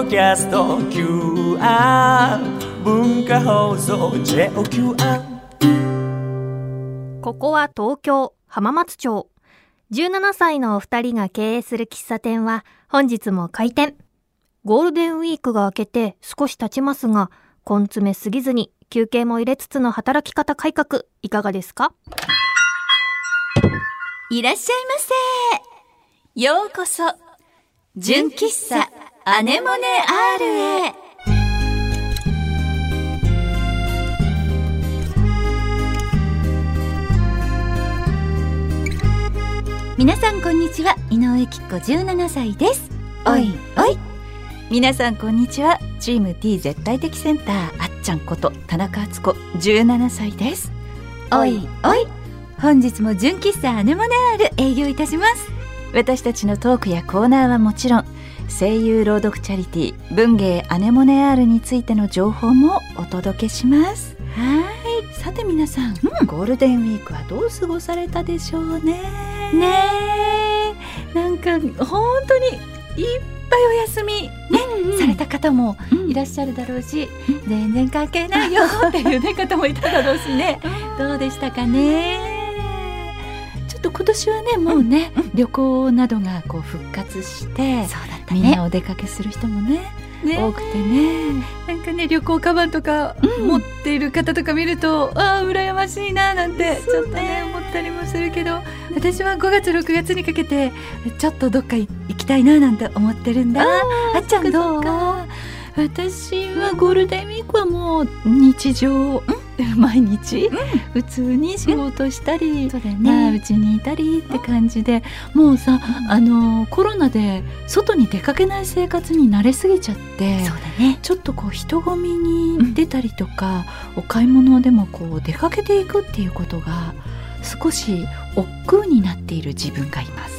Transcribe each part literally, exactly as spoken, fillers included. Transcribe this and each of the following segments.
キャスト キューアール 文化放送 ジェイオーキューアール。 ここは東京浜松町。じゅうななさいのお二人が経営する喫茶店は本日も開店。ゴールデンウィークが明けて少し経ちますが、根詰めすぎずに休憩も入れつつの働き方改革、いかがですか？ いらっしゃいませ。ようこそ純喫茶アネモネ アール へ。皆さんこんにちは、井上貴子じゅうななさいです。おいおい。皆さんこんにちは、チーム T 絶対的センターあっちゃんこと田中敦子じゅうななさいです。おいおい。本日も純喫茶アネモネ アール 営業いたします。私たちのトークやコーナーはもちろん、声優朗読チャリティー文芸アネモネ アール についての情報もお届けします。はい、さて皆さん、うん、ゴールデンウィークはどう過ごされたでしょうね。ねえ、なんか本当にいっぱいお休み、ね、うんうん、された方もいらっしゃるだろうし、うん、全然関係ないよっていう、ね、方もいただろうしねどうでしたかね。ちょっと今年はね、もうね、うんうん、旅行などがこう復活して、そうだったね、みんなお出かけする人もね、ね多くてね、なんかね、旅行カバンとか持っている方とか見ると、うん、ああ羨ましいななんてちょっとね思ったりもするけど、私はごがつろくがつにかけてちょっとどっか行きたいななんて思ってるんだ。 あ, あっちゃんどう？私はゴールデンウィークはもう日常、うん、毎日、うん、普通に仕事したり、うん、そうだよね、まあ、うちにいたりって感じで、もうさ、うん、あのコロナで外に出かけない生活に慣れすぎちゃって、そうだね、ちょっとこう人混みに出たりとか、うん、お買い物でもこう出かけていくっていうことが少し億劫になっている自分がいます。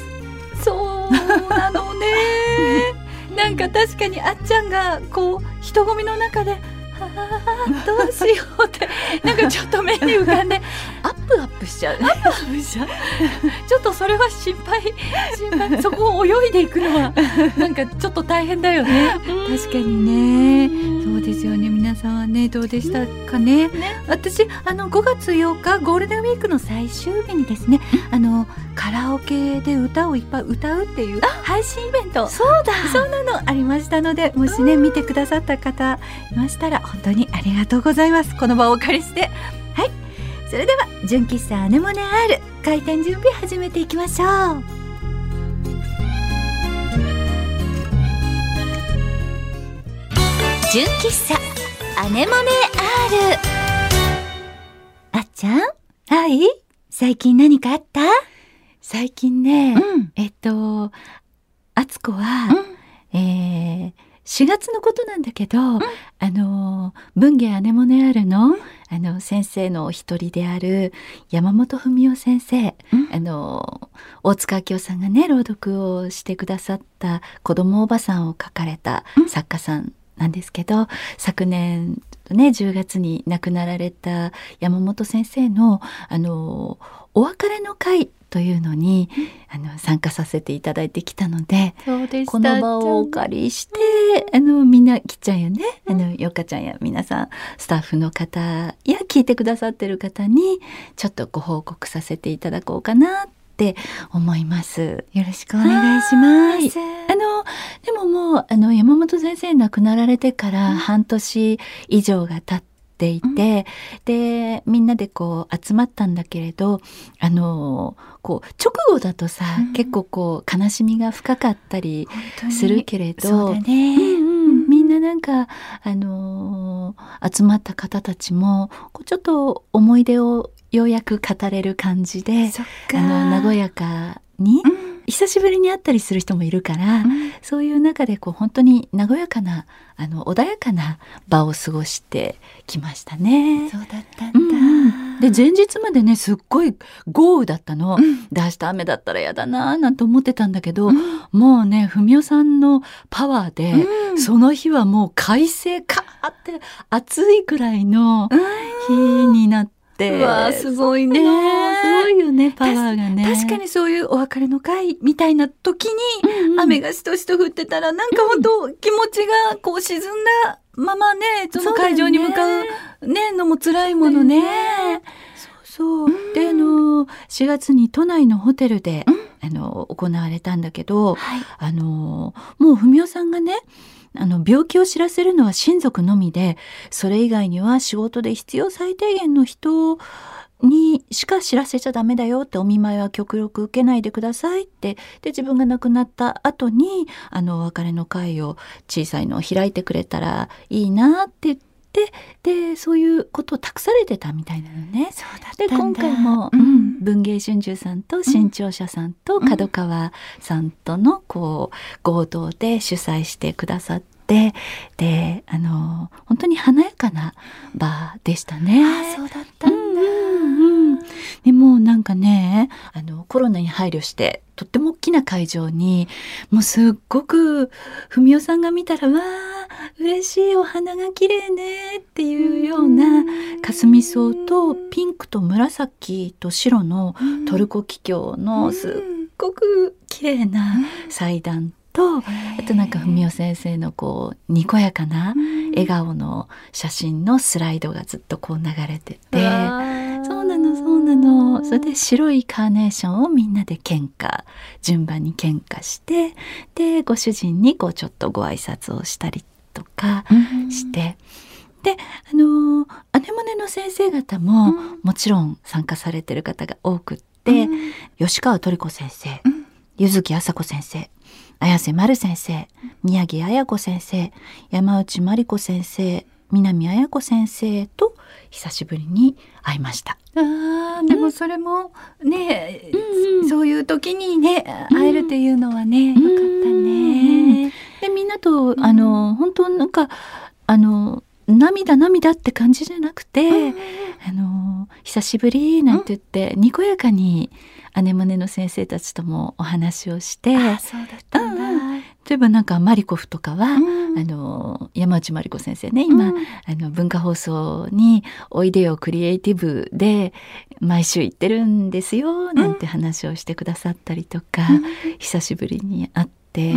そうなのねなんか確かにあっちゃんがこう人混みの中で、はあどうしようってなんかちょっと目に浮かんでアップアップしちゃう、アップアップしちゃうちょっとそれは心配心配そこを泳いでいくのはなんかちょっと大変だよね確かにね。そうですよね。皆さんはねどうでしたかね。ね、私あのごがつようかゴールデンウィークの最終日にですね、あのカラオケで歌をいっぱい歌うっていう配信イベント、そうだそうなのありましたので、もしね見てくださった方いましたら本当にありがとうございます。この場をお借りして、はい、それでは純喫茶アネモネ アール 開店準備始めていきましょう。純喫茶アネモネ アール。 あっちゃん、はい、最近何かあった？最近ね、うん、えっとあつこは、うん、えー、しがつのことなんだけど、うん、あの文芸アネモネ アール の、うん、あの先生のお一人である山本文夫先生、うん、あの大塚明夫さんがね朗読をしてくださった子供おばさんを書かれた作家さんなんですけど、うん、昨年ねじゅうがつに亡くなられた山本先生のあのお別れの会というのに、うん、あの参加させていただいてきたので、この場をお借りして、うん、あのみんなきっちゃんやね、うん、あのよっかちゃんや皆さんスタッフの方や聞いてくださってる方にちょっとご報告させていただこうかなって思います。よろしくお願いします。あのでももうあの山本先生亡くなられてから半年以上が経ってていて、うん、でみんなでこう集まったんだけれど、あのこう直後だとさ、うん、結構こう悲しみが深かったりするけれど、そうだね、うんうん、みんななんかあの集まった方たちもこうちょっと思い出をようやく語れる感じで、あの和やかに、うん、久しぶりに会ったりする人もいるから、うん、そういう中でこう本当に和やかなあの穏やかな場を過ごしてきましたね。そうだったんだ、うん、で前日までねすっごい豪雨だったの、うん、で明日雨だったらやだななんて思ってたんだけど、うん、もうね文夫さんのパワーで、うん、その日はもう快晴かーって暑いくらいの日になって、 て。 うわすごいね。 すごいよね、パワーがね。 確かにそういうお別れの会みたいな時に、うんうん、雨がしとしと降ってたらなんか本当気持ちがこう沈んだままね、その会場に向かうねのも辛いものね。 そうそう、うん、であのしがつに都内のホテルで、うん、あの行われたんだけど、はい、あのもう文雄さんがね、あの病気を知らせるのは親族のみで、それ以外には仕事で必要最低限の人にしか知らせちゃダメだよって、お見舞いは極力受けないでくださいって、で自分が亡くなった後にあのお別れの会を小さいのを開いてくれたらいいなって言って、でそういうことを託されてたみたいなのね。 そうだったんだ。 で今回も、うん、文藝春秋さんと新潮社さんと角川さんとのこう合同で主催してくださって、であの本当に華やかな場でしたね。 あ、そうだったんだ。 うんうん、でもなんかね、あのコロナに配慮してとっても大きな会場に、もうすっごく文雄さんが見たら、わー嬉しい、お花が綺麗ねっていうようなかすみ草とピンクと紫と白のトルコキキョウのすっごく綺麗な祭壇と、あとなんか文雄先生のこうにこやかな笑顔の写真のスライドがずっとこう流れてて、そうなのそうなの。それで白いカーネーションをみんなで献花、順番に献花して、でご主人にこうちょっとご挨拶をしたりとかして、であのアネモネの先生方ももちろん参加されてる方が多くって、吉川トリ子先生、柚木麻子先生、綾瀬丸先生、宮城綾子先生、山内真理子先生、南綾子先生と久しぶりに会いました。 あ、でもそれもね、うん、そういう時にね会えるっていうのはね、うん、よかったね。 でみんなとあの本当なんかあの涙涙って感じじゃなくて、うん、あの久しぶりなんて言って、うん、にこやかにアネモネの先生たちともお話をして、 あ、そうだったんだ。うん、 例えばなんかマリコフとかは、うん、あの山内真理子先生ね、今、うん、あの文化放送においでよクリエイティブで毎週行ってるんですよなんて話をしてくださったりとか、うん、久しぶりに会って、うん、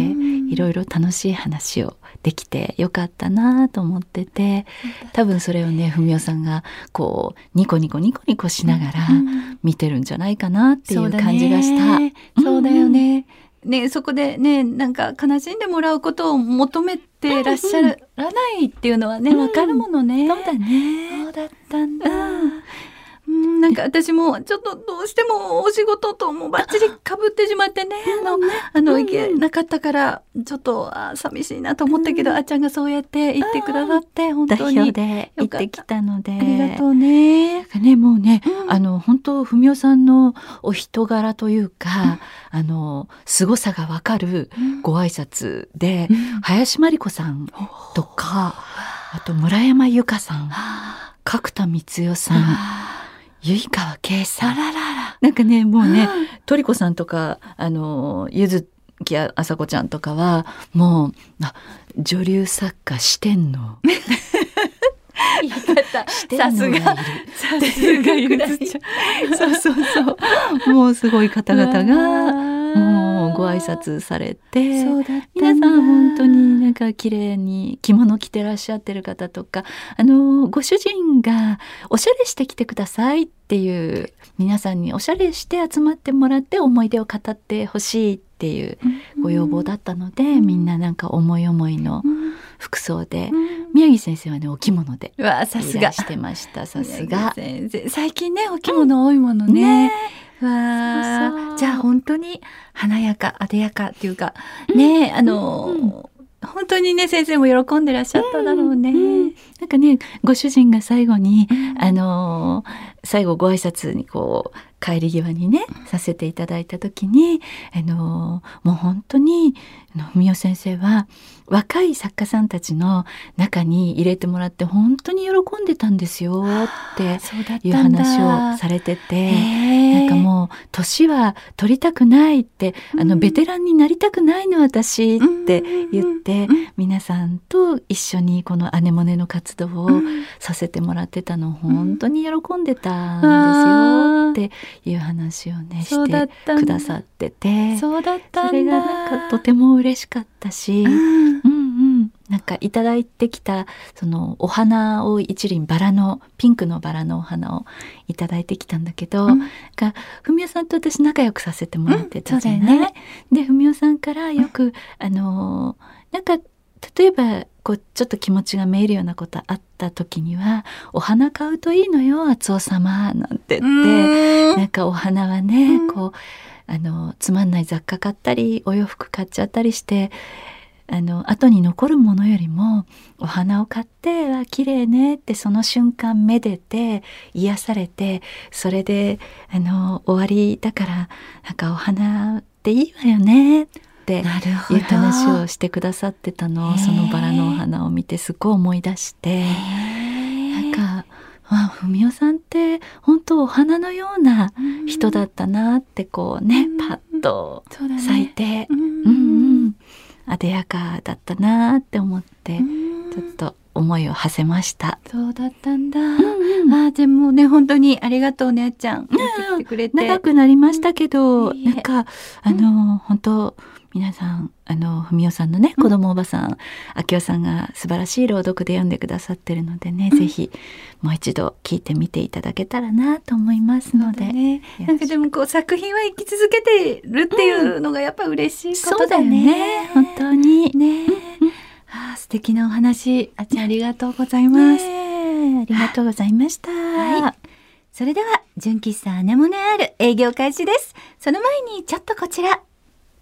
いろいろ楽しい話をできてよかったなと思ってて、多分それをね文雄さんがこうニコニコニコニコしながら見てるんじゃないかなっていう感じがした。 そうだね、そうだよね。ね、そこでね、なんか悲しんでもらうことを求めてらっしゃらないっていうのはね、わ、うん、かるものね。 そうだね。 そうだったんだ。うん、なんか私もちょっとどうしてもお仕事ともバッチリかぶってしまってね、あの、あの、いけなかったからちょっとあ寂しいなと思ったけど、うん、あっちゃんがそうやって言ってくださって本当に代表で行ってきたので、 ありがとうね。 ね、もうね、うん、あの本当文雄さんのお人柄というか、うん、あの凄さがわかるご挨拶で、うん、林真理子さんとか、あと村山由佳さん、角田光代さん、結川圭さん、 あららら、 なんかねもうね、トリコさんとかあの柚木あさこちゃんとかはもうあ女流作家四天王言い方さすがさすがゆずちゃんそうそうそうもうすごい方々がもうご挨拶されて、 そうだった皆さん本当になんか綺麗に着物着てらっしゃってる方とか、あのご主人がおしゃれしてきてくださいっていう皆さんにおしゃれして集まってもらって思い出を語ってほしいっていうご要望だったので、うん、みんななんか思い思いの服装で、うん、宮城先生はねお着物でいらしてました。さすが先生、最近ねお着物多いものね、うんね、わそうそう、じゃあ本当に華やかあでやかっていうか、うん、ねあの、うん、本当にね先生も喜んでらっしゃっただろうね、うんうん、 なんかねご主人が最後に、うん、あの最後ご挨拶にこう帰り際にねさせていただいた時に、あのもう本当に文雄先生は若い作家さんたちの中に入れてもらって本当に喜んでたんですよっていう話をされてて、なんかもう年は取りたくないって、あのベテランになりたくないの私って言って、皆さんと一緒にこのアネモネの活動をさせてもらってたのを本当に喜んでたたんですよっていう話をねしてくださってて、 そうだったんだ。 それがなんかとても嬉しかったし、うんうんうん、なんかいただいてきたそのお花を一輪、バラのピンクのバラのお花をいただいてきたんだけど、うん、がふみおさんと私仲良くさせてもらってたじゃない、うん、そうだよね。でふみおさんからよく、うん、あのなんか例えばこうちょっと気持ちがめいるようなことあった時にはお花買うといいのよ厚尾様なんて言って、なんかお花はね、うん、こうあのつまんない雑貨買ったりお洋服買っちゃったりしてあの後に残るものよりもお花を買っては綺麗ねってその瞬間めでて癒されて、それであの終わりだからなんかお花っていいわよねっていう話をしてくださってたのをそのバラのお花を見てすごい思い出して、なんかふみおさんって本当お花のような人だったなってこうね、うん、パッと咲いて、うんうんうん、あでやかだったなって思って、うん、ちょっと思いを馳せました。 そうだったんだ、うんうん、あでもね本当にありがとうねあっちゃん、うん、来てくれて長くなりましたけど、うん、なんかあの、うん、本当皆さんあのふみおさんのね子供おばさん、あきおさんが素晴らしい朗読で読んでくださってるのでね、うん、ぜひもう一度聞いてみていただけたらなと思いますので、 ね、なんかでもこう作品は生き続けてるっていうのがやっぱ嬉しいことだよね、うん、そうだね本当にね、 うんあ素敵なお話あっちゃんありがとうございます、 ね、ありがとうございました、 はい、それでは純喫茶アネモネアール営業開始です。その前にちょっとこちら、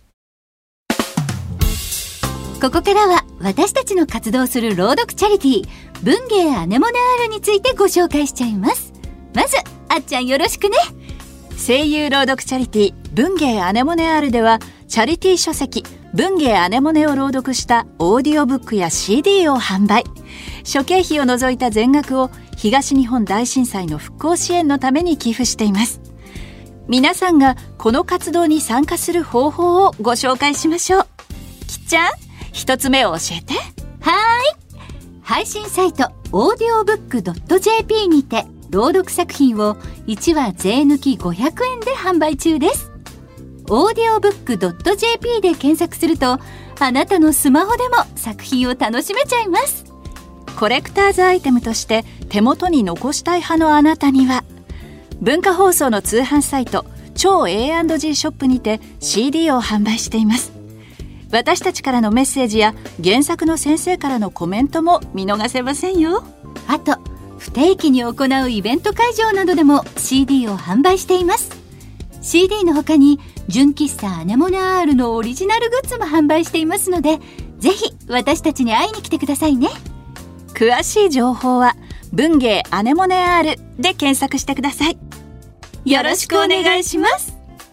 ここからは私たちの活動する朗読チャリティー文芸アネモネアールについてご紹介しちゃいます。まずあっちゃんよろしくね。 声優朗読チャリティー文芸アネモネアールではチャリティー書籍文芸アネモネを朗読したオーディオブックや シーディー を販売。諸経費を除いた全額を東日本大震災の復興支援のために寄付しています。皆さんがこの活動に参加する方法をご紹介しましょう。きっちゃん一つ目を教えて。 はーい、配信サイトオーディオブックドットジェーピー にて朗読作品をいちわ税抜きごひゃくえんで販売中です。オーディオブックドットジェーピー で検索するとあなたのスマホでも作品を楽しめちゃいます。 コレクターズアイテムとして手元に残したい派のあなたには文化放送の通販サイト超 エーアンドジー ショップにて シーディー を販売しています。私たちからのメッセージや原作の先生からのコメントも見逃せませんよ。 あと不定期に行うイベント会場などでも シーディー を販売しています。 シーディー の他に純喫茶アネモネアールのオリジナルグッズも販売していますのでぜひ私たちに会いに来てくださいね。 詳しい情報は文芸アネモネアールで検索してください。 よろしくお願いします。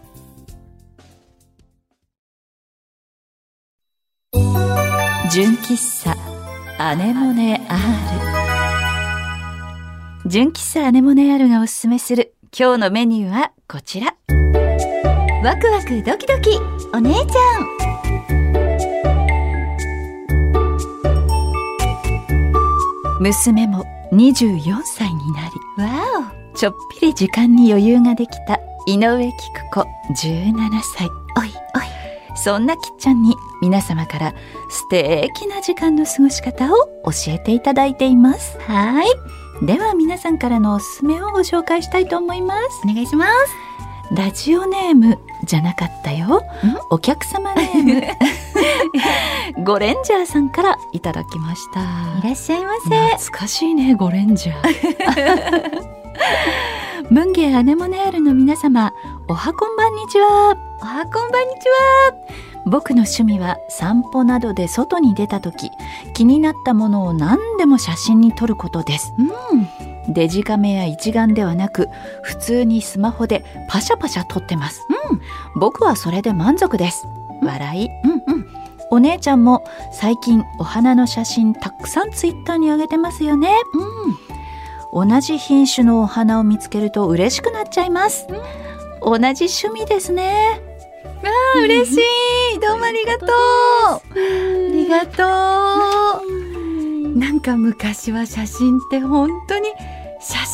純喫茶アネモネアール。純喫茶アネモネアールがおすすめする今日のメニューはこちら。 ワクワクドキドキお姉ちゃん。 娘もにじゅうよんさいになり、 わお、ちょっぴり時間に余裕ができた井上菊子じゅうななさい。 おいおい、 そんなきっちゃんに皆様から素敵な時間の過ごし方を教えていただいています。 はい、 では皆さんからのおすすめをご紹介したいと思います。 お願いします。 ラジオネームじゃなかったよ、お客様ネームゴレンジャーさんからいただきました。 いらっしゃいませ。 懐かしいね、ゴレンジャー文芸アネモネアールの皆様、おはこんばんにちは。 おはこんばんにちは。 僕の趣味は散歩などで外に出た時、気になったものを何でも写真に撮ることです、うん、デジカメや一眼ではなく普通にスマホでパシャパシャ撮ってます、うん、僕はそれで満足です、うん、笑い、うんうん、お姉ちゃんも最近お花の写真たくさんツイッターに上げてますよね、うん、同じ品種のお花を見つけると嬉しくなっちゃいます、うん、同じ趣味ですね。 あー嬉しい、どうもありがとう、ありがとう。なんか昔は写真って本当に写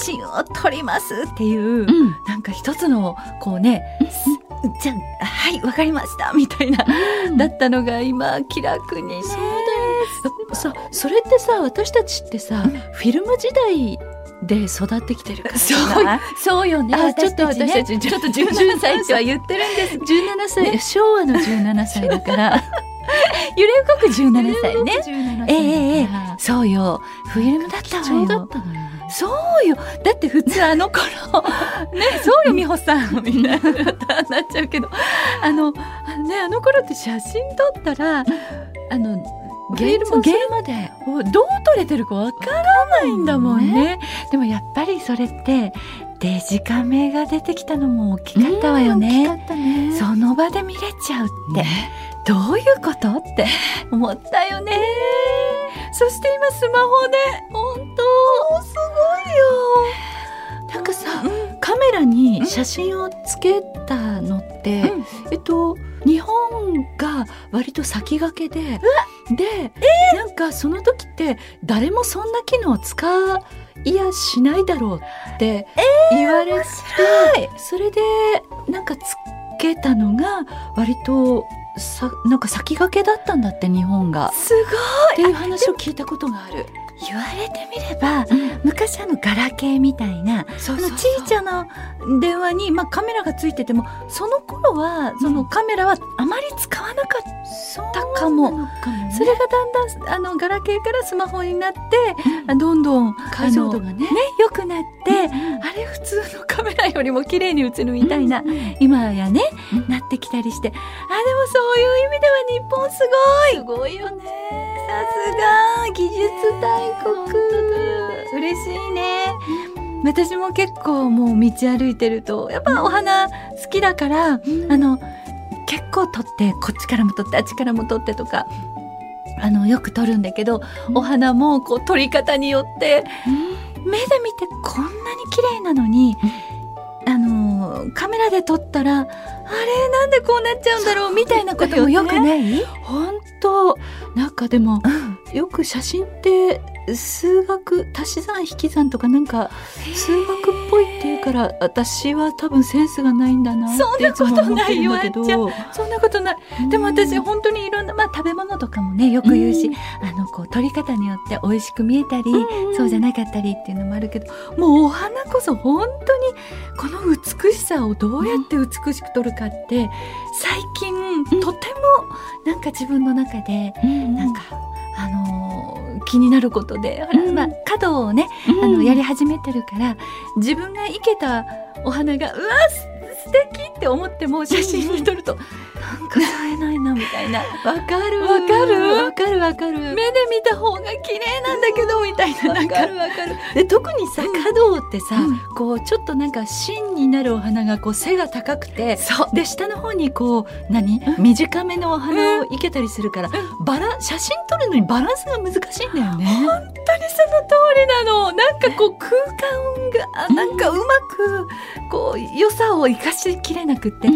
真を撮りますっていう、 うん、 なんか一つのこうね、うん、じゃあはいわかりましたみたいな、うん、だったのが今気楽にね。 そうだよさそれってさ私たちってさ、うん、フィルム時代で育ってきてるからそうそうよね。 あちょっと私たちちょっとじゅうななさいっては言ってるんですじゅうななさい、ね、昭和のじゅうななさいだから揺れ動くじゅうななさいね。 ええええそうよフィルムだったわよ。 貴重だったのよ。 そうよだって普通あの頃ねそうよ美穂さんみたいななっちゃうけどあのねあの頃って写真撮ったらあのゲームゲームでどう撮れてるかわからないんだもんね。でもやっぱりそれってデジカメが出てきたのも大きかったわよね。 大きかったね。 その場で見れちゃうって、ね、どういうことって思ったよね。そして今スマホで本当すごいよ。 なんかさ、うん、カメラに写真をつけたのって、うん、えっと日本が割と先駆けで、で、えー、なんかその時って誰もそんな機能を使いやしないだろうって言われて、えー、それでなんかつけたのが割とさなんか先駆けだったんだって日本が。 すごいっていう話を聞いたことがある。 言われてみれば、うん、昔あのガラケーみたいなそうそうそうちいちゃな電話に、まあ、カメラがついててもその頃はそのカメラはあまり使わなかったかも、うん、そ, かもね、それがだんだんあのガラケーからスマホになって、うん、どんどん解像度がね良くなって、うん、あれ普通のカメラよりも綺麗に映るみたいな、うん、今やね、うん、なってきたりして、あでもそういう意味では日本すごいすごいよね。 さすが技術大国。嬉しいね。私も結構もう道歩いてるとやっぱお花好きだから、うん、あの結構撮ってこっちからも撮ってあっちからも撮ってとかあのよく撮るんだけど、うん、お花もこう撮り方によって、うん、目で見てこんなに綺麗なのに、うん、あのカメラで撮ったらあれなんでこうなっちゃうんだろうみたいなこともよくない？ 本当なんかでも、うん、よく写真って数学足し算引き算とかなんか数学っぽいっていうから私は多分センスがないんだなっていつも思ってるんだけど。 そんなことない。でも私本当にいろんな、まあ、食べ物とかもねよく言うし、あのこう撮り方によって美味しく見えたり、そうじゃなかったりっていうのもあるけど、もうお花こそ本当にこの美しさをどうやって美しく撮るかって最近とてもなんか自分の中でなんかあのー、気になることで、ほら、うんまあ、角をね、うん、あのやり始めてるから自分が生けたお花がうわ素敵って思っても写真に撮ると、うん、なんか冴えないなみたいな。 わかるわかるわかるわかる。 目で見た方が綺麗なんだけどみたいな。 わかるわかる。 で特にさ、 うん、 角ってさ、 うん、 こうちょっとなんか芯になるお花がこう背が高くて、 そうで下の方にこう何、うん、短めのお花を生けたりするから、うん、バラ写真撮るのにバランスが難しいんだよね。本当にその通りなの。なんかこう空間がなんかうまくこう良さを生かしきれなくって、うんうん、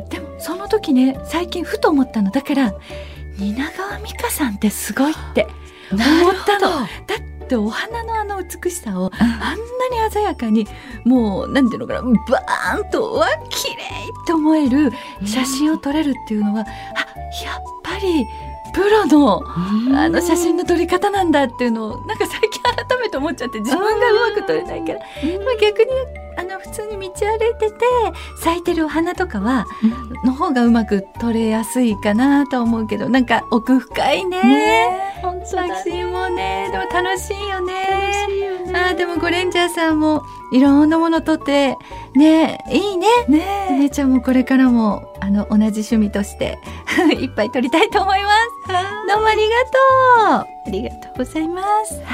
でもその時ね最近ふと思ったの。だから蜷川実花さんってすごいって思ったの。だってお花のあの美しさをあんなに鮮やかにもうなんていうのかなバーンとわ綺麗って思える写真を撮れるっていうのは、うん、あやっぱりプロのあの写真の撮り方なんだっていうのをなんか最近改めて思っちゃって、自分がうまく撮れないから、まあ、逆にあの普通に道歩いてて咲いてるお花とかは、うん、の方がうまく撮れやすいかなと思うけど、なんか奥深いね。 ね本当だね。 写真もねでも楽しいよね。 楽しいよね。 あでもゴレンジャーさんもいろんなもの撮ってねいいね。 ね姉ちゃんもこれからもあの同じ趣味としていっぱい撮りたいと思います。どうもありがとう。ありがとうございます。はい。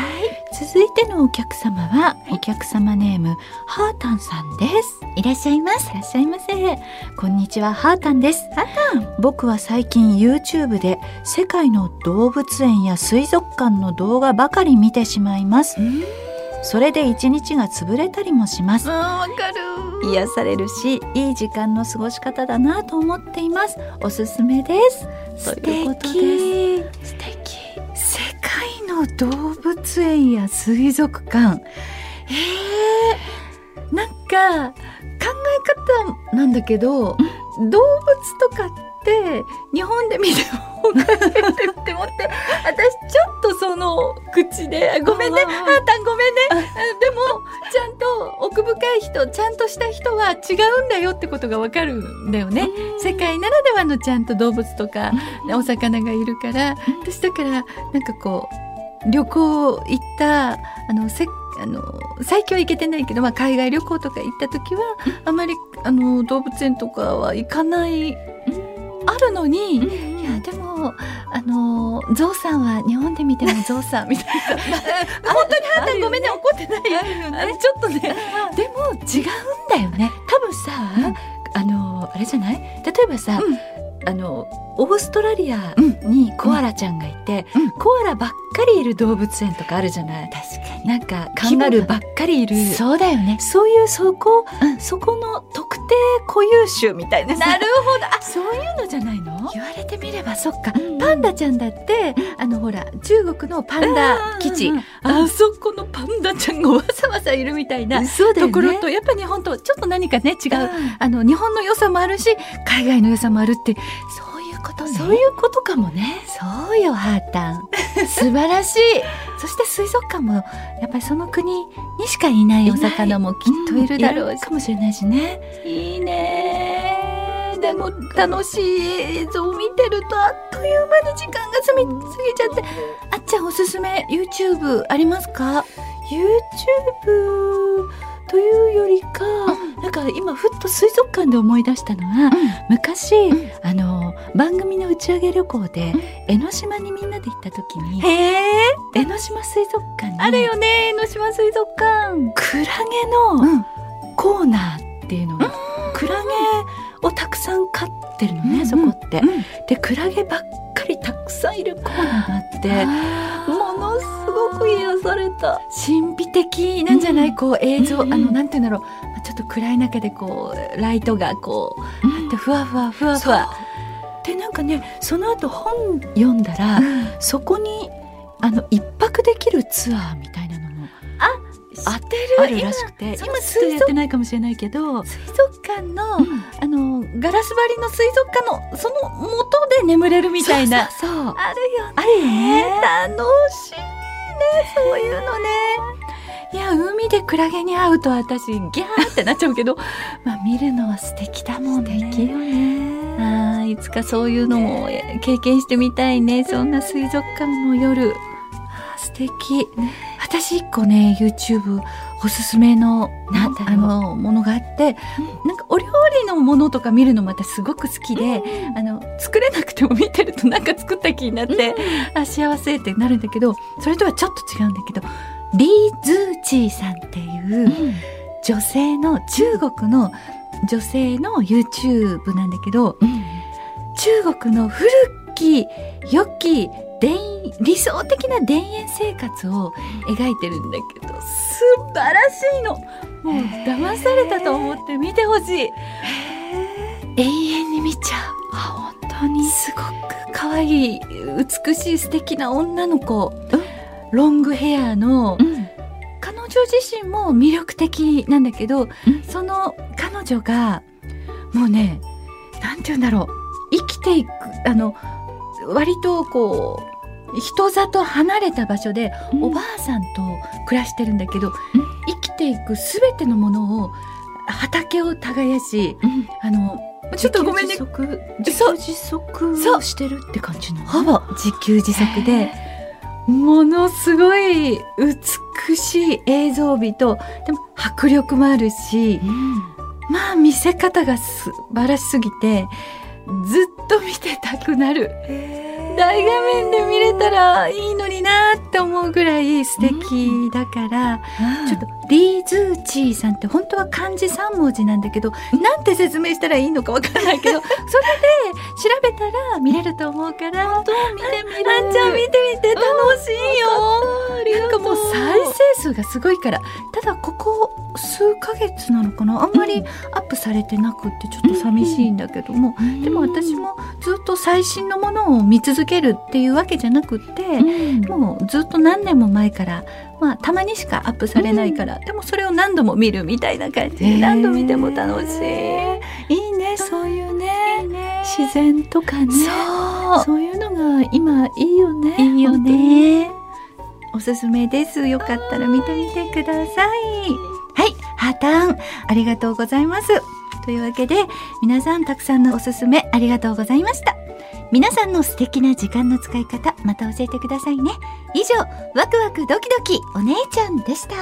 続いてのお客様は、はい、お客様ネームハータンさんです。いらっしゃいます。いらっしゃいませ。こんにちは、ハータンです。ハータン。僕は最近 YouTube で世界の動物園や水族館の動画ばかり見てしまいます。それで一日が潰れたりもします。 あー、わかる。 癒されるし、いい時間の過ごし方だなと思っています。おすすめです。 素敵。 素敵。世界の動物園や水族館。 へー、なんか考え方なんだけど、うん、動物とかって日本で見てもおかしいって思って私ちょっとその口でごめんね、あーたんごめんね、でもちゃんと奥深い人、ちゃんとした人は違うんだよってことがわかるんだよね。世界ならではのちゃんと動物とかお魚がいるから、私だからなんかこう旅行行ったあのせあの最近は行けてないけど、まあ、海外旅行とか行った時はあまりあの動物園とかは行かないあるのに、いやでもあのゾウさんは日本で見てもゾウさんみたいな本当にハータンごめんね、怒ってないよ、ね、ちょっとねでも違うんだよね多分さ、うん、あのあれじゃない、例えばさ、うん、あのオーストラリアにコアラちゃんがいて、うん、コアラばっかりいる動物園とかあるじゃない。確かになんかカンガルーばっかりいる。そうだよね。そういうそこ、うん、そこの特定固有種みたいな。なるほど。あ、そういうのじゃないの？言われてみればそっか、うん、パンダちゃんだってあのほら中国のパンダ基地、うんうん、あ, あそこのパンダちゃんがわざわざいるみたいなところと、ね、やっぱ日本とちょっと何かね違う、うん、あの日本の良さもあるし海外の良さもあるって、そういうことね。そういうことかもね。そうよハータン素晴らしいそして水族館もやっぱりその国にしかいないお魚もきっといるだろう、うん、かもしれないしね。いいね。でも楽しい映像を見てるとあっという間に時間が過ぎちゃって、あっちゃんおすすめ YouTube ありますか？ YouTube というよりか、うん、なんか今ふっと水族館で思い出したのは、うん、昔、うん、あの番組の打ち上げ旅行で、うん、江ノ島にみんなで行った時に、へー、江ノ島水族館にあるよね、江ノ島水族館クラゲのコーナーっていうのが、うん、クラゲをたくさん飼ってるのね、うん、そこって、うん、でクラゲばっかりたくさんいるコーナーがあってものすごく癒された。神秘的なんじゃない、うん、こう映像、うん、あのなんていうんだろう、ちょっと暗い中でこうライトがこう、うん、あってふわふわふわふわで、なんかねその後本読んだら、うん、そこにあの一泊できるツアーみたいなのもあ当てるあるらしくて、今ずっとやってないかもしれないけど、水族館の、うん、あのガラス張りの水族館のその元で眠れるみたいな、そうそうそうあるよね。あるよね。楽しいね、そういうのね。いや海でクラゲに会うと私ギャーってなっちゃうけどまあ見るのは素敵だもんね。素敵よね。あ、いつかそういうのも経験してみたいね。そんな水族館の夜、あ、素敵、ね。私一個ね YouTube おすすめのなあのものがあって、うん、なんかお料理のものとか見るのも私すごく好きで、うん、あの作れなくても見てるとなんか作った気になって、うん、あ幸せってなるんだけど、それとはちょっと違うんだけど、リー・ズーチーさんっていう女性の、中国の女性の YouTube なんだけど、うん、中国の古き良き田理想的な田園生活を描いてるんだけど素晴らしいの。もう騙されたと思って見てほしい。永遠に見ちゃう。あ、本当にすごく可愛い美しい素敵な女の子、うん、ロングヘアの、うん、彼女自身も魅力的なんだけど、うん、その彼女がもうね、なんて言うんだろう、生きていくあの割とこう人里離れた場所でおばあさんと暮らしてるんだけど、うん、生きていくすべてのものを畑を耕し、うん、あのちょっとごめんね、自給自足をしてるって感じの、ほぼ自給自足でものすごい美しい映像美と、でも迫力もあるし、うん、まあ見せ方が素晴らしすぎてずっと見てたくなる。大画面で見れたらいいのになって思うぐらい素敵だから、うん、ちょっとリー・ズーチーさんって本当は漢字さん文字なんだけど、なんて説明したらいいのかわからないけどそれで調べたら見れると思うから、本当見てみる。あんちゃん見てみて、楽しいよ。なんかもう再生数がすごいから。ただここ数ヶ月なのかな、あんまりアップされてなくってちょっと寂しいんだけども、うんうん、でも私もずっと最新のものを見続けるっていうわけじゃなくって、うん、もうずっと何年も前から、まあ、たまにしかアップされないから、うん、でもそれを何度も見るみたいな感じで何度見ても楽しい。いいね、そういうね、いいね、自然とかね、そう、そういうのが今いいよね。 いいよね。おすすめです。よかったら見てみてください。はい、ハータンありがとうございます。というわけで皆さんたくさんのおすすめありがとうございました。皆さんの素敵な時間の使い方また教えてくださいね。以上、ワクワクドキドキお姉ちゃんでした。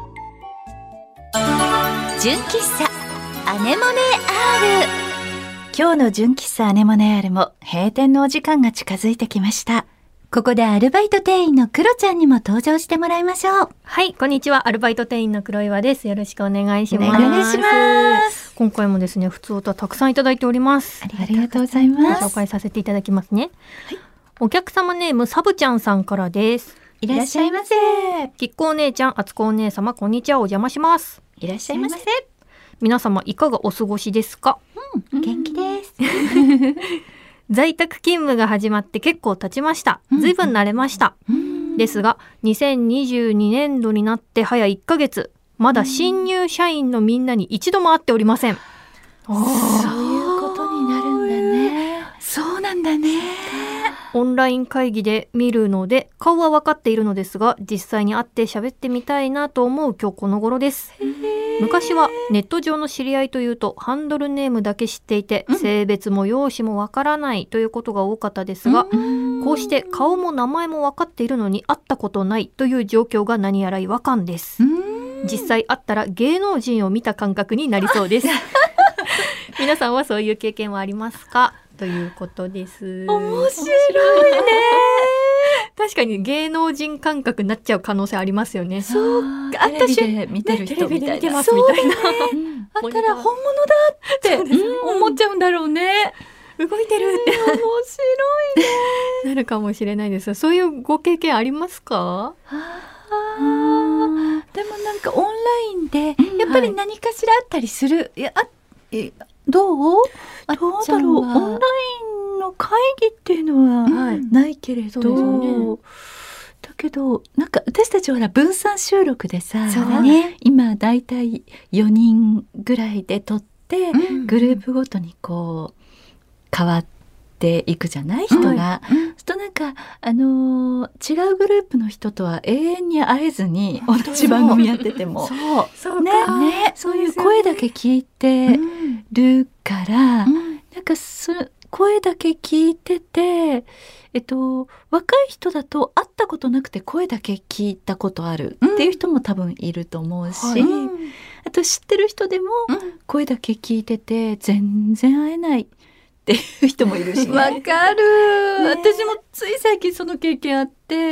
純喫茶アネモネ アール。今日の純喫茶アネモネ アール も閉店のお時間が近づいてきました。ここでアルバイト店員のクロちゃんにも登場してもらいましょう。 はい、こんにちは。アルバイト店員の黒岩です。よろしくお願いします。 お願いします。 今回もですね、普通歌たくさんいただいております。 ありがとうございます。 ご紹介させていただきますね。はい、お客様ネームサブちゃんさんからです。 いらっしゃいませ。 きっこお姉ちゃん、あつこお姉様、こんにちは。お邪魔します。 いらっしゃいませ。 皆様いかがお過ごしですか？ うん、元気です。 在宅勤務が始まって結構経ちました。ずいぶん慣れました。うん、ですが、にせんにじゅうにねんどになって早いっかげつ、まだ新入社員のみんなに一度も会っておりません。 そういうことになるんだね。 そうなんだね。 オンライン会議で見るので顔は分かっているのですが、実際に会って喋ってみたいなと思う今日この頃です。昔はネット上の知り合いというとハンドルネームだけ知っていて、うん、性別も容姿も分からないということが多かったですが、こうして顔も名前も分かっているのに会ったことないという状況が何やら違和感です。実際会ったら芸能人を見た感覚になりそうです。皆さんはそういう経験はありますか？ということです。 面白いね。 確かに芸能人感覚になっちゃう可能性ありますよね。 そう、あった瞬間見てる人みたいな、 そうだね。 あったら本物だって思っちゃうんだろうね。 動いてるって面白いね。 なるかもしれないです。そういうご経験ありますか？ あでもなんかオンラインでやっぱり何かしらあったりする。いや、あえどう？ どうだろう。オンラインの会議っていうのはないけれど、うん、だけどなんか私たちは分散収録でさ、 そうだね、 今だいたいよにんぐらいで撮って、うん、グループごとにこう変わっていくじゃない人が、うん、となんか、あのー、違うグループの人とは永遠に会えずに同じ番組やっててもそうそうね、ね、そういう声だけ聞いてるから、うん、なんかそ声だけ聞いてて、えっと、若い人だと会ったことなくて声だけ聞いたことあるっていう人も多分いると思うし、うん、あと知ってる人でも声だけ聞いてて全然会えないっていう人もいるしね。 わかる、 ね、私もつい最近その経験あって、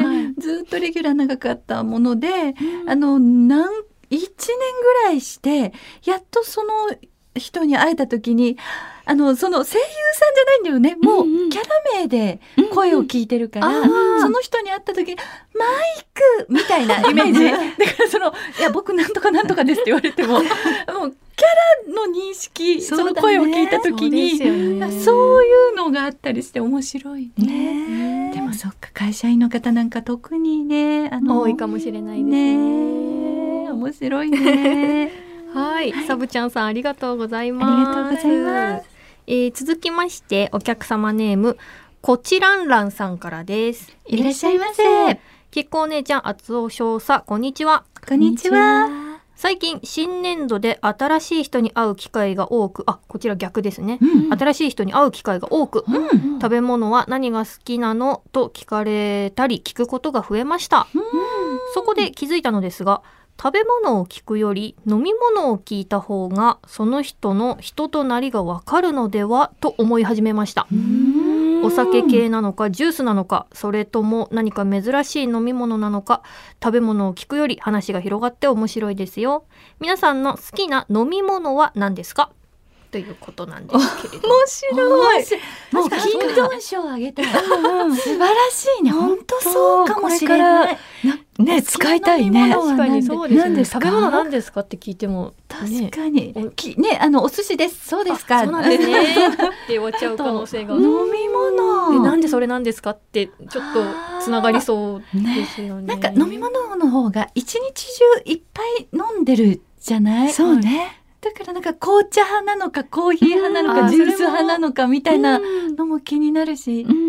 はい、ずっとレギュラー長かったもので、うん、あのなんいちねんぐらいしてやっとその人に会えた時に、あのその声優さんじゃないんだよね、もうキャラ名で声を聞いてるから、うんうん、その人に会った時にマイクみたいなイメージだからそのいや僕なんとかなんとかですって言われてももうキャラの認識、その声を聞いた時に そう、ね、そういうのがあったりして面白い ね, ねでもそっか、会社員の方なんか特にね、あの多いかもしれないですね。 ね、面白いね。 はい、はい、サブちゃんさんありがとうございます。 ありがとうございます。 えー、続きましてお客様ネームこちらんらんさんからです。 いらっしゃいませ。 きっこお姉ちゃん、あつお少佐、こんにちは。 こんにちは。 最近新年度で新しい人に会う機会が多く、あ、こちら逆ですね、うん、新しい人に会う機会が多く、うん、食べ物は何が好きなのと聞かれたり聞くことが増えました、うん、そこで気づいたのですが、食べ物を聞くより飲み物を聞いた方がその人の人となりがわかるのではと思い始めました。お酒系なのかジュースなのか、それとも何か珍しい飲み物なのか、食べ物を聞くより話が広がって面白いですよ。皆さんの好きな飲み物は何ですかということなんですけれど。 面白い。 もう金丼賞をあげたら素晴らしいね。本当そうかもしれない。 ね使いたいね。 確かにそうですね。食べ物なん何ですかって聞いても、 確かにね、きねあのお寿司です。そうですか。 そうなんですねって終わっちゃう可能性が。 飲み物でなんでそれなんですかってちょっとつながりそうですよね。 なんか飲み物の方が一日中いっぱい飲んでるじゃない。 そうね。 だからなんか紅茶派なのかコーヒー派なのかジュース派なのかみたいなのも気になるし、 うんうん、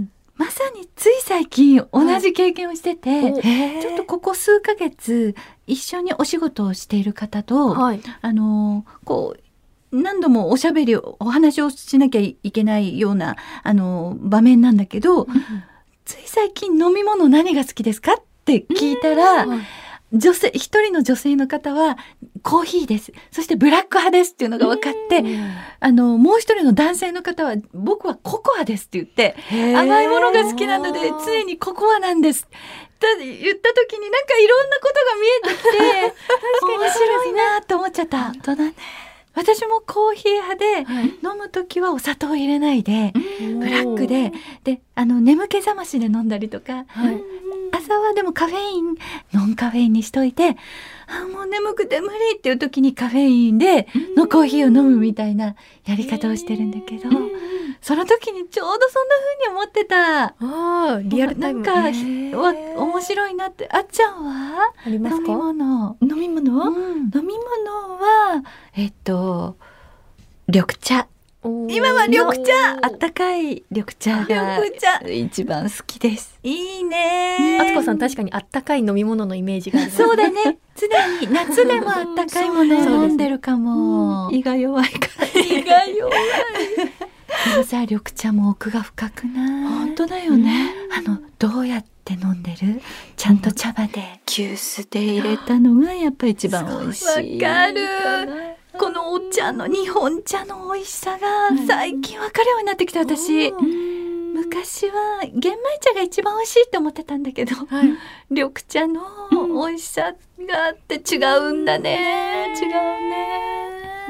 まさについ最近同じ経験をしてて、はい、ちょっとここ数ヶ月一緒にお仕事をしている方と、はい、あのこう何度もおしゃべりお話をしなきゃいけないようなあの場面なんだけど、うん、つい最近飲み物何が好きですかって聞いたら、うん、女性一人の女性の方はコーヒーです、そしてブラック派ですっていうのが分かって、うん、あのもう一人の男性の方は僕はココアですって言って、甘いものが好きなので常にココアなんですって言った時になんかいろんなことが見えてきて面白いなと思っちゃった。 本当だね。 私もコーヒー派で、はい、飲むときはお砂糖を入れないでブラックで、であの眠気覚ましで飲んだりとか、はい、朝はでもカフェインノンカフェインにしといて、あもう眠くて無理っていう時にカフェインでのコーヒーを飲むみたいなやり方をしてるんだけど、その時にちょうどそんな風に思ってた。 あリアルタイムなんかわ面白いなって。あっちゃんはありますか？ 飲み物飲み物、 うん、飲み物はえっと緑茶。今は緑茶、あったかい緑茶が一番好きです。 いいね。 あつこさん確かにあったかい飲み物のイメージがあります。 そうだね。常に夏でもあったかいものを飲んでるかも。 胃が弱いから胃が弱いでもさ緑茶も奥が深くない？ 本当だよね。 あのどうやって飲んでる？ちゃんと茶葉で急須で入れたのがやっぱり一番美味しい。 わかる。このお茶の日本茶の美味しさが最近分かるようになってきた私。昔は玄米茶が一番美味しいって思ってたんだけど、はい、緑茶の美味しさがあって違うんだね。違うね。うん、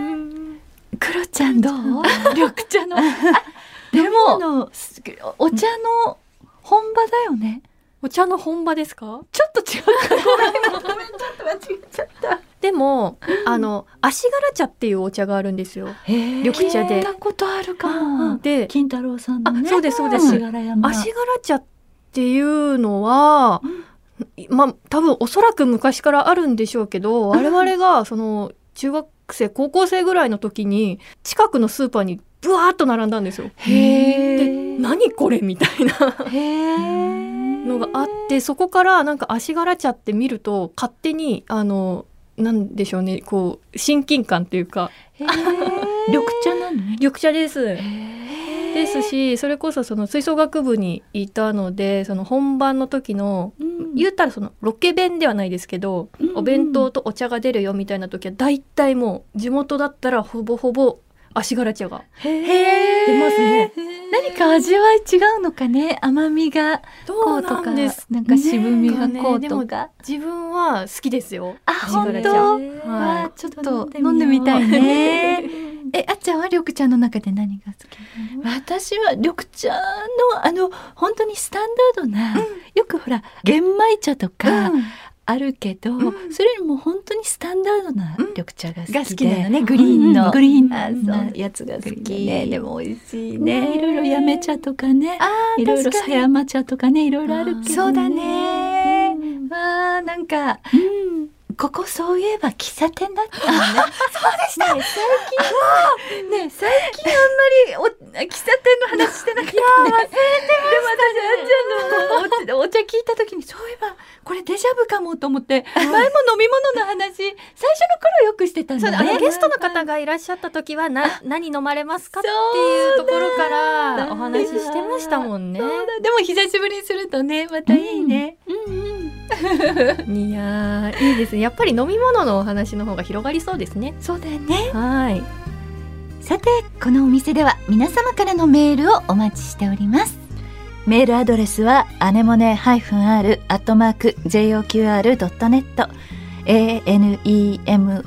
クロちゃんどう？緑茶のあでもお茶の本場だよね。 お茶の本場ですか？ ちょっと違うかも。ごめんちょっと間違えちゃった。 でも、うん、あの足柄茶っていうお茶があるんですよ。緑茶で。 聞いたことあるかも。 で、 金太郎さんのね。 そうですそうです。 足柄山。 足柄茶っていうのは、うん、まあ多分おそらく昔からあるんでしょうけど、我々がその中学生高校生ぐらいの時に近くのスーパーにブワーっと並んだんですよ。 へで、何これみたいな。へー。のがあって、そこからなんか足柄茶って見ると勝手にあのなんでしょうね、こう親近感というか緑茶なの？ 緑茶ですですし、それこそその吹奏楽部にいたので、その本番の時の、うん、言ったらそのロケ弁ではないですけど、うんうん、お弁当とお茶が出るよみたいな時はだいたいもう地元だったらほぼほぼ足柄茶が出ますね。 何か味わい違うのかね。甘みがこうとか、 どうなんですなんか渋みがこうとか、 ね、自分は好きですよ。 あ、本当？はい、ちょっと飲んでみたいね。え、あっちゃんは緑茶の中で何が好きなの？私は緑茶のあの本当にスタンダードな、うん、よくほら玄米茶とか、うんあるけど、うん、それよりも本当にスタンダードな緑茶が好きで、うん、が好きなのね。グリーンの、うん、グリーンなやつが好きね。でも美味しいね。いろいろやめ茶とかね、いろいろ狭山茶とかね、いろいろあるけど、ね、そうだね。うん、わあなんか、うんここそういえば喫茶店だったのね。そうでしたね。最近ね最近あんまりお喫茶店の話してなかったね。いや忘れてましたね。でも私あっちゃんの お, お茶聞いた時にそういえばこれデジャブかもと思って、前も飲み物の話最初の頃よくしてたんだね。 そうだ、ゲストの方がいらっしゃった時はな何飲まれますかっていうところからお話ししてましたもんね。 そうだでも久しぶりにするとねまたいいね。うんうんうん、いやいいですね。やっぱり飲み物のお話の方が広がりそうですね。 そうだよね。 はい。 さてこのお店では皆様からのメールをお待ちしております。メールアドレスはアネモネ -r アットマーク ジェイオーキューアールドットネット アネモネ -r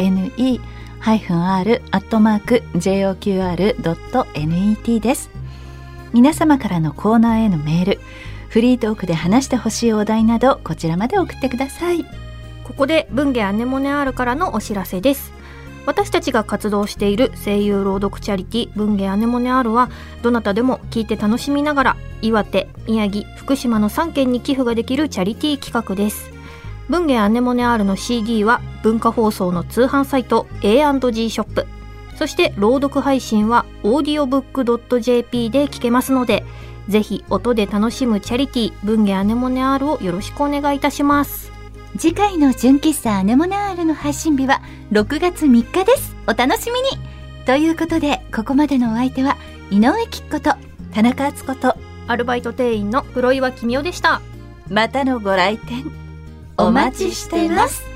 アットマーク ジェイオーキューアールドットネット です。皆様からのコーナーへのメール、 フリートークで話してほしいお題などこちらまで送ってください。 ここで文芸アネモネアールからのお知らせです。私たちが活動している声優朗読チャリティ文芸アネモネアールはどなたでも聞いて楽しみながら岩手、宮城、福島のさんけんに寄付ができるチャリティー企画です。文芸アネモネアールの シーディー は文化放送の通販サイト エーアンドジー ショップ、そして朗読配信は オーディオブックドットジェーピー で聞けますので、ぜひ音で楽しむチャリティー文芸アネモネアールをよろしくお願いいたします。 次回の純喫茶アネモネアールの配信日はろくがつみっかです。お楽しみに。ということでここまでのお相手は井上貴子と田中敦子とアルバイト店員の黒岩君代でした。 またのご来店お待ちしています。